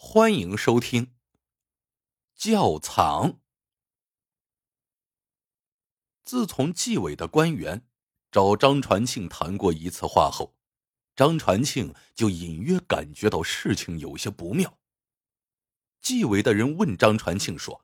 欢迎收听窖藏。自从纪委的官员找张传庆谈过一次话后，张传庆就隐约感觉到事情有些不妙。纪委的人问张传庆说：“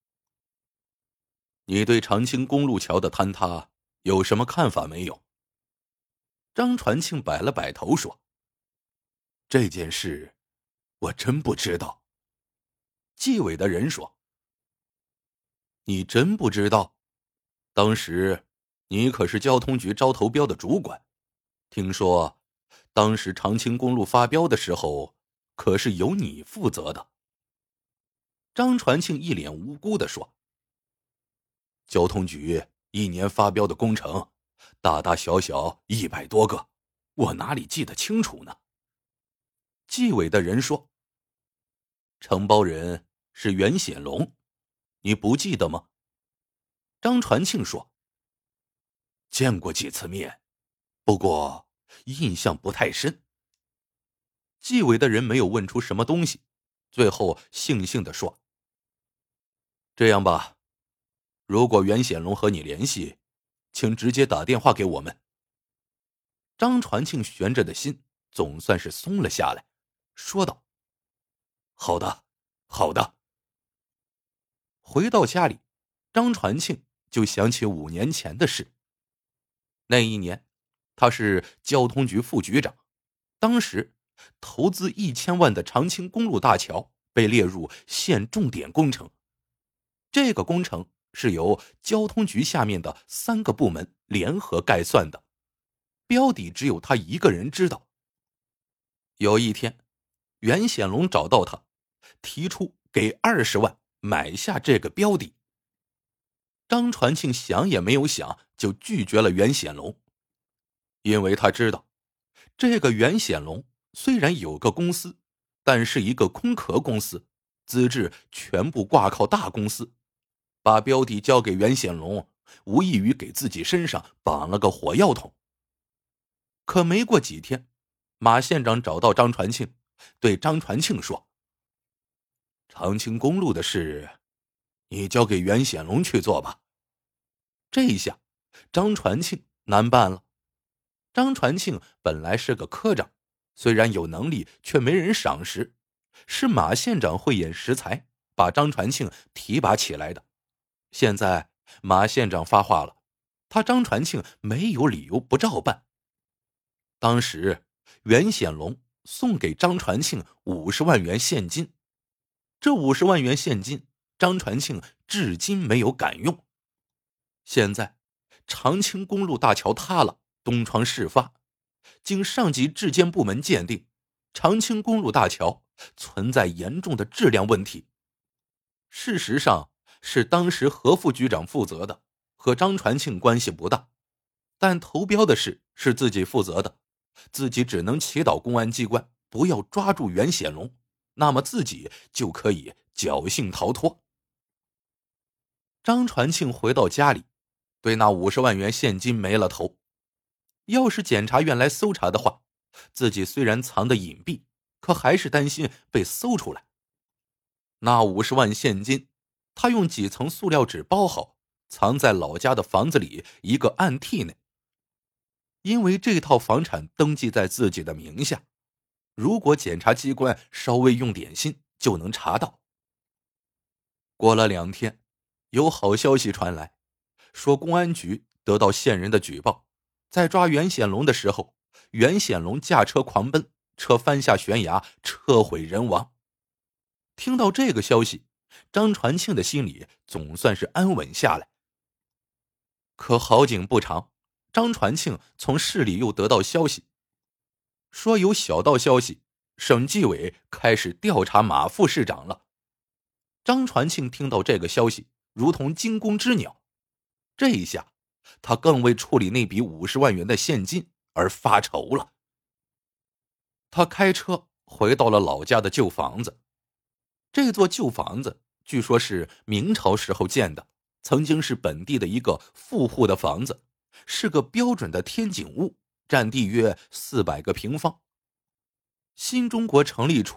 你对长青公路桥的坍塌有什么看法没有？”张传庆摆了摆头说：“这件事我真不知道。”纪委的人说：“你真不知道？当时你可是交通局招投标的主管，听说当时长青公路发标的时候可是由你负责的。”张传庆一脸无辜地说：“交通局一年发标的工程大大小小100多个，我哪里记得清楚呢？”纪委的人说：“承包人是袁显龙，你不记得吗？”张传庆说：“见过几次面，不过印象不太深。”纪委的人没有问出什么东西，最后悻悻地说：“这样吧，如果袁显龙和你联系，请直接打电话给我们。”张传庆悬着的心总算是松了下来，说道：“好的，好的。”回到家里，张传庆就想起5年前的事。那一年，他是交通局副局长，当时投资1000万的长青公路大桥被列入县重点工程。这个工程是由交通局下面的3个部门联合概算的，标底只有他一个人知道。有一天，袁显龙找到他，提出给20万买下这个标底。张传庆想也没有想就拒绝了袁显龙，因为他知道这个袁显龙虽然有个公司，但是一个空壳公司，资质全部挂靠大公司，把标底交给袁显龙，无异于给自己身上绑了个火药桶。可没过几天，马县长找到张传庆，对张传庆说：“长青公路的事，你交给袁显龙去做吧。”这一下，张传庆难办了。张传庆本来是个科长，虽然有能力，却没人赏识，是马县长慧眼识才，把张传庆提拔起来的。现在马县长发话了，他张传庆没有理由不照办。当时袁显龙送给张传庆50万元现金，这50万元现金张传庆至今没有敢用。现在长青公路大桥塌了，东窗事发，经上级质监部门鉴定，长青公路大桥存在严重的质量问题。事实上是当时何副局长负责的，和张传庆关系不大，但投标的事是自己负责的，自己只能祈祷公安机关不要抓住袁显龙，那么自己就可以侥幸逃脱。张传庆回到家里，对那50万元现金没了头。要是检察院来搜查的话，自己虽然藏得隐蔽，可还是担心被搜出来。那50万现金，他用几层塑料纸包好，藏在老家的房子里一个暗屉内。因为这套房产登记在自己的名下，如果检察机关稍微用点心，就能查到。过了2天，有好消息传来，说公安局得到线人的举报，在抓袁显龙的时候，袁显龙驾车狂奔，车翻下悬崖，车毁人亡。听到这个消息，张传庆的心里总算是安稳下来。可好景不长，张传庆从市里又得到消息，说有小道消息，省纪委开始调查马副市长了。张传庆听到这个消息，如同惊弓之鸟。这一下，他更为处理那笔50万元的现金而发愁了。他开车回到了老家的旧房子。这座旧房子据说是明朝时候建的，曾经是本地的一个富户的房子，是个标准的天井屋，占地约400个平方。新中国成立初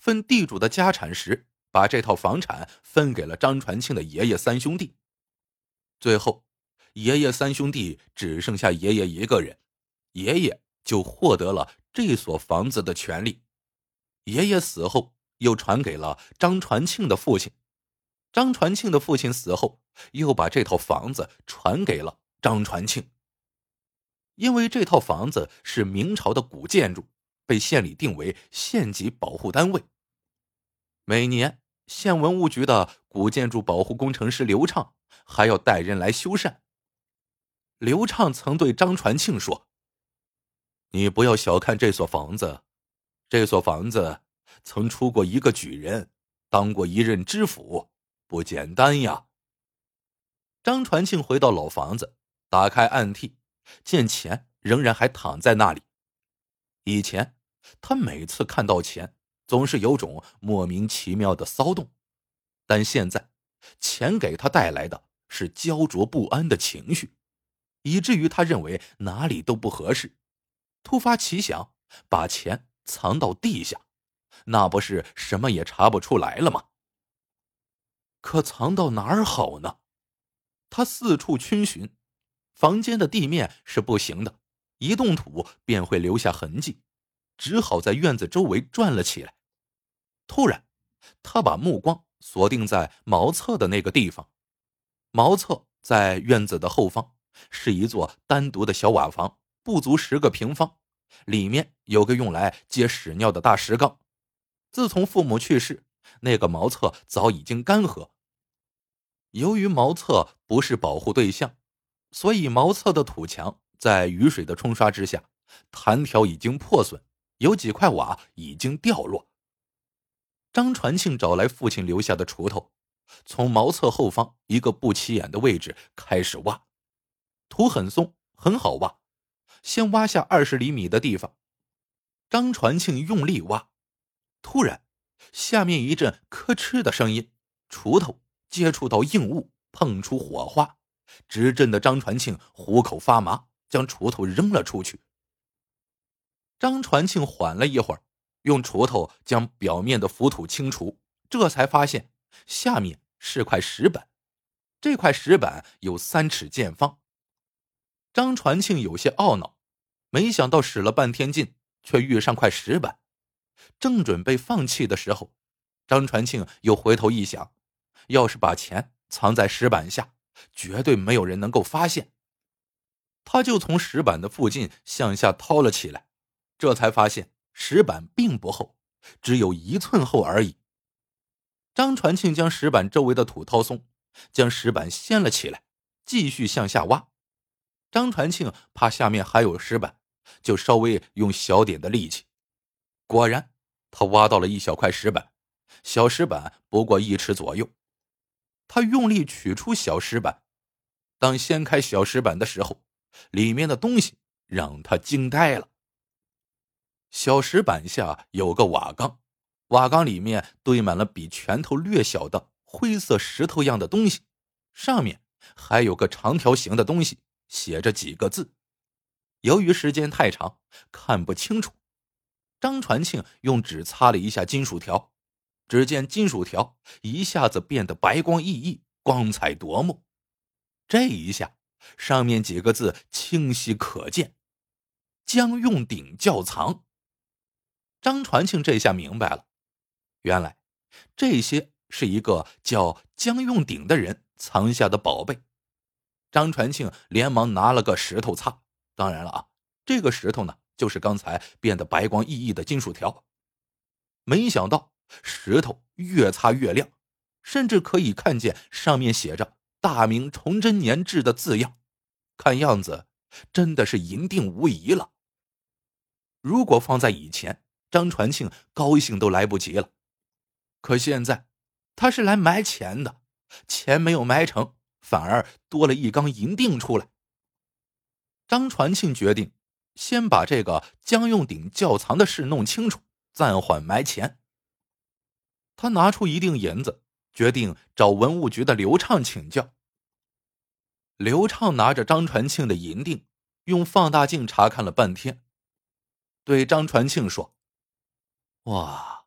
分地主的家产时，把这套房产分给了张传庆的爷爷三兄弟。最后，爷爷三兄弟只剩下爷爷一个人，爷爷就获得了这所房子的权利。爷爷死后又传给了张传庆的父亲，张传庆的父亲死后又把这套房子传给了张传庆。因为这套房子是明朝的古建筑，被县里定为县级保护单位。每年县文物局的古建筑保护工程师刘畅还要带人来修缮。刘畅曾对张传庆说：“你不要小看这所房子，这所房子曾出过一个举人，当过一任知府，不简单呀。”张传庆回到老房子，打开暗屉，见钱仍然还躺在那里。以前他每次看到钱总是有种莫名其妙的骚动，但现在钱给他带来的是焦灼不安的情绪，以至于他认为哪里都不合适。突发奇想，把钱藏到地下，那不是什么也查不出来了吗？可藏到哪儿好呢？他四处逡巡，房间的地面是不行的，一动土便会留下痕迹，只好在院子周围转了起来。突然，他把目光锁定在茅厕的那个地方。茅厕在院子的后方，是一座单独的小瓦房，不足10个平方，里面有个用来接屎尿的大石缸。自从父母去世，那个茅厕早已经干涸。由于茅厕不是保护对象，所以茅厕的土墙在雨水的冲刷之下，弹条已经破损，有几块瓦已经掉落。张传庆找来父亲留下的锄头，从茅厕后方一个不起眼的位置开始挖。土很松，很好挖，先挖下20厘米的地方。张传庆用力挖，突然下面一阵咯吱的声音，锄头接触到硬物，碰出火花，直震的张传庆虎口发麻，将锄头扔了出去。张传庆缓了一会儿，用锄头将表面的浮土清除，这才发现下面是块石板，这块石板有3尺见方。张传庆有些懊恼，没想到使了半天劲，却遇上块石板。正准备放弃的时候，张传庆又回头一想，要是把钱藏在石板下，绝对没有人能够发现。他就从石板的附近向下掏了起来，这才发现石板并不厚，只有1寸厚而已。张传庆将石板周围的土掏松，将石板掀了起来，继续向下挖。张传庆怕下面还有石板，就稍微用小点的力气。果然，他挖到了一小块石板，小石板不过1尺左右。他用力取出小石板，当掀开小石板的时候，里面的东西让他惊呆了。小石板下有个瓦缸，瓦缸里面堆满了比拳头略小的灰色石头样的东西，上面还有个长条形的东西，写着几个字。由于时间太长，看不清楚。张传庆用纸擦了一下金属条，只见金属条一下子变得白光熠熠，光彩夺目。这一下，上面几个字清晰可见：江用鼎窖藏。张传庆这下明白了，原来这些是一个叫江用鼎的人藏下的宝贝。张传庆连忙拿了个石头擦，当然了这个石头呢，就是刚才变得白光熠熠的金属条。没想到石头越擦越亮，甚至可以看见上面写着大明崇祯年制的字样，看样子真的是银锭无疑了。如果放在以前，张传庆高兴都来不及了。可现在他是来埋钱的，钱没有埋成，反而多了一缸银锭出来。张传庆决定先把这个江用鼎窖藏的事弄清楚，暂缓埋钱。他拿出一锭银子，决定找文物局的刘畅请教。刘畅拿着张传庆的银锭，用放大镜查看了半天，对张传庆说：“哇，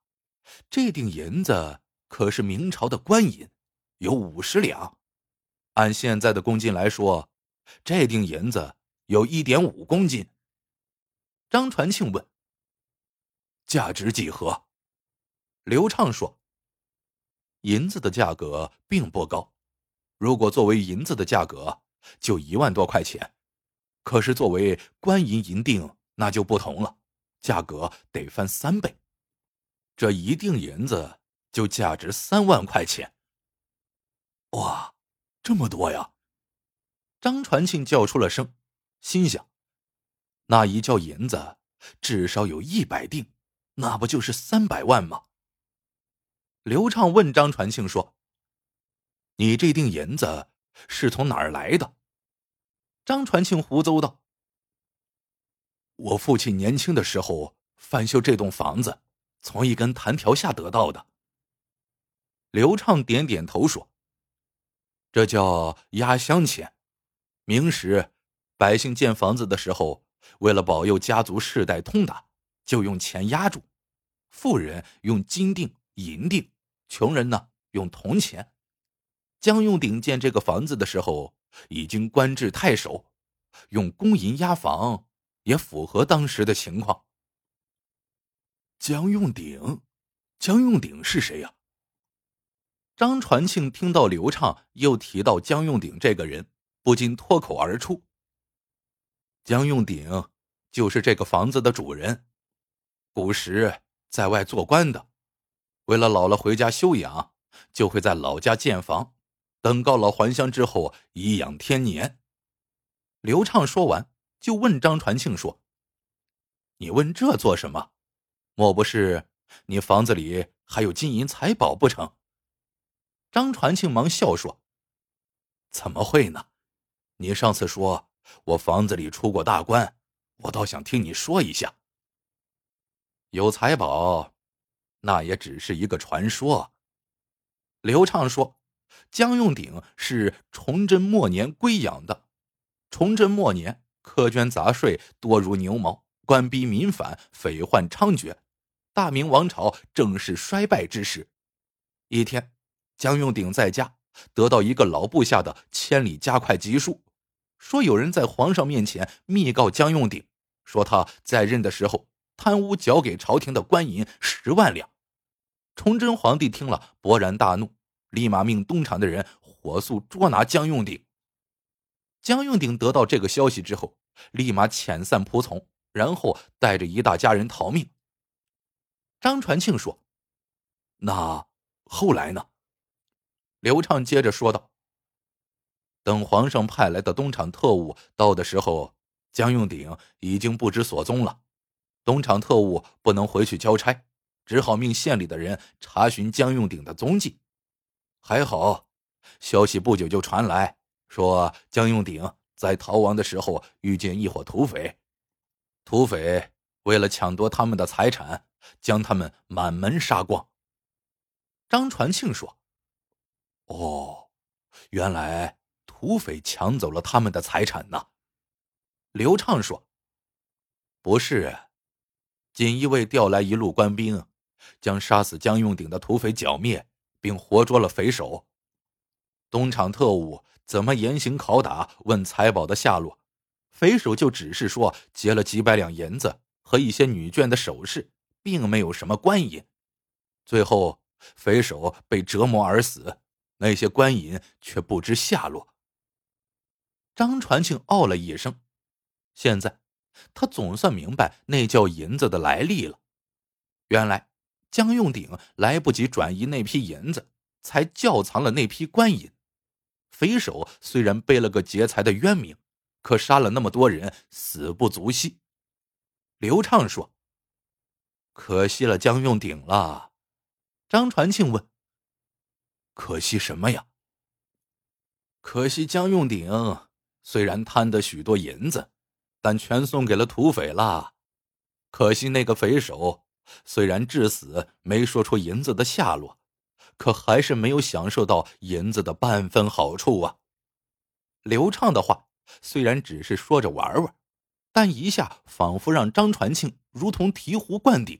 这锭银子可是明朝的官银，有50两。按现在的公斤来说，这锭银子有1.5公斤。张传庆问：价值几何？刘畅说：银子的价格并不高，如果作为银子的价格，就1万多块钱。可是作为官银银锭，那就不同了，价格得翻3倍。这一锭银子就价值3万块钱。哇，这么多呀！张传庆叫出了声，心想：那一窖银子至少有100锭，那不就是300万吗？刘畅问张传庆说：你这锭银子是从哪儿来的？张传庆胡诌道：我父亲年轻的时候翻修这栋房子，从一根弹条下得到的。刘畅点点头说：这叫压箱钱。明时百姓建房子的时候，为了保佑家族世代通达，就用钱压住。富人用金锭、银锭，穷人呢用铜钱。江用鼎建这个房子的时候，已经官至太守，用公银压房也符合当时的情况。江用鼎？江用鼎是谁呀？张传庆听到刘畅又提到江用鼎这个人，不禁脱口而出：江用鼎就是这个房子的主人，古时在外做官的，为了老了回家休养，就会在老家建房，等告老还乡之后颐养天年。刘畅说完，就问张传庆说：你问这做什么？莫不是你房子里还有金银财宝不成？张传庆忙笑说：怎么会呢？你上次说我房子里出过大官，我倒想听你说一下。有财宝，那也只是一个传说。刘畅说：江用鼎是崇祯末年归养的。崇祯末年，苛捐杂税多如牛毛，官逼民反，匪患猖獗，大明王朝正是衰败之时。一天，江用鼎在家，得到一个老部下的千里加快急书，说有人在皇上面前密告江用鼎，说他在任的时候贪污缴给朝廷的官银10万两。崇祯皇帝听了勃然大怒，立马命东厂的人火速捉拿江用鼎。江用鼎得到这个消息之后，立马遣散仆从，然后带着一大家人逃命。张传庆说：那后来呢？刘畅接着说道：等皇上派来的东厂特务到的时候，江用鼎已经不知所踪了。东厂特务不能回去交差，只好命县里的人查询江用鼎的踪迹。还好，消息不久就传来，说江用鼎在逃亡的时候遇见一伙土匪，土匪为了抢夺他们的财产，将他们满门杀光。张传庆说：哦，原来土匪抢走了他们的财产呢。刘畅说：不是，锦衣卫调来一路官兵，将杀死江用鼎的土匪剿灭，并活捉了匪首。东厂特务怎么严刑拷打问财宝的下落，匪首就只是说劫了几百两银子和一些女眷的首饰，并没有什么官银。最后匪首被折磨而死，那些官银却不知下落。张传庆哦了一声，现在他总算明白那窖银子的来历了。原来江用鼎来不及转移那批银子，才窖藏了那批官银。匪首虽然背了个劫财的冤名，可杀了那么多人，死不足惜。刘畅说：可惜了江用鼎了。张传庆问：可惜什么呀？可惜江用鼎虽然贪得许多银子，但全送给了土匪了。可惜那个匪首虽然至死没说出银子的下落，可还是没有享受到银子的半分好处啊。刘畅的话虽然只是说着玩玩，但一下仿佛让张传庆如同醍醐灌顶，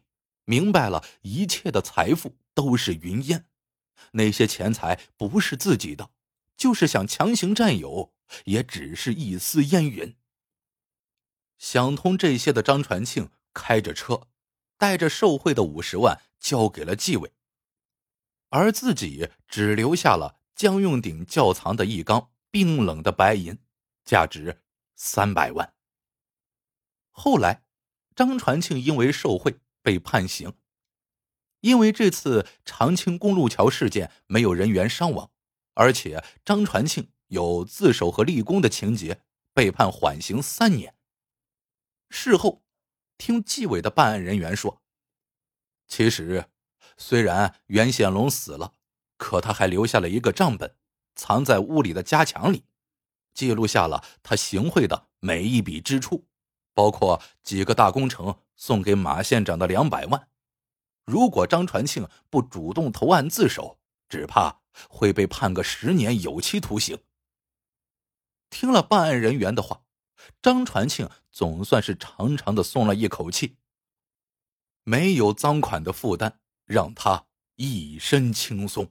明白了一切的财富都是云烟，那些钱财不是自己的，就是想强行占有，也只是一丝烟云。想通这些的张传庆开着车，带着受贿的50万交给了纪委，而自己只留下了江用鼎窖藏的一缸冰冷的白银，价值300万。后来，张传庆因为受贿被判刑。因为这次长青公路桥事件没有人员伤亡，而且张传庆有自首和立功的情节，被判缓刑3年。事后，听纪委的办案人员说，其实虽然袁显龙死了，可他还留下了一个账本，藏在屋里的夹墙里，记录下了他行贿的每一笔支出，包括几个大工程送给马县长的200万。如果张传庆不主动投案自首，只怕会被判个10年有期徒刑。听了办案人员的话，张传庆总算是长长的松了一口气。没有赃款的负担，让他一身轻松。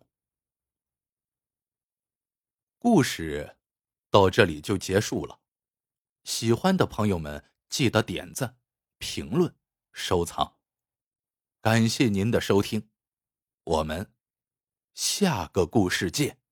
故事到这里就结束了。喜欢的朋友们记得点赞、评论、收藏。感谢您的收听，我们下个故事见。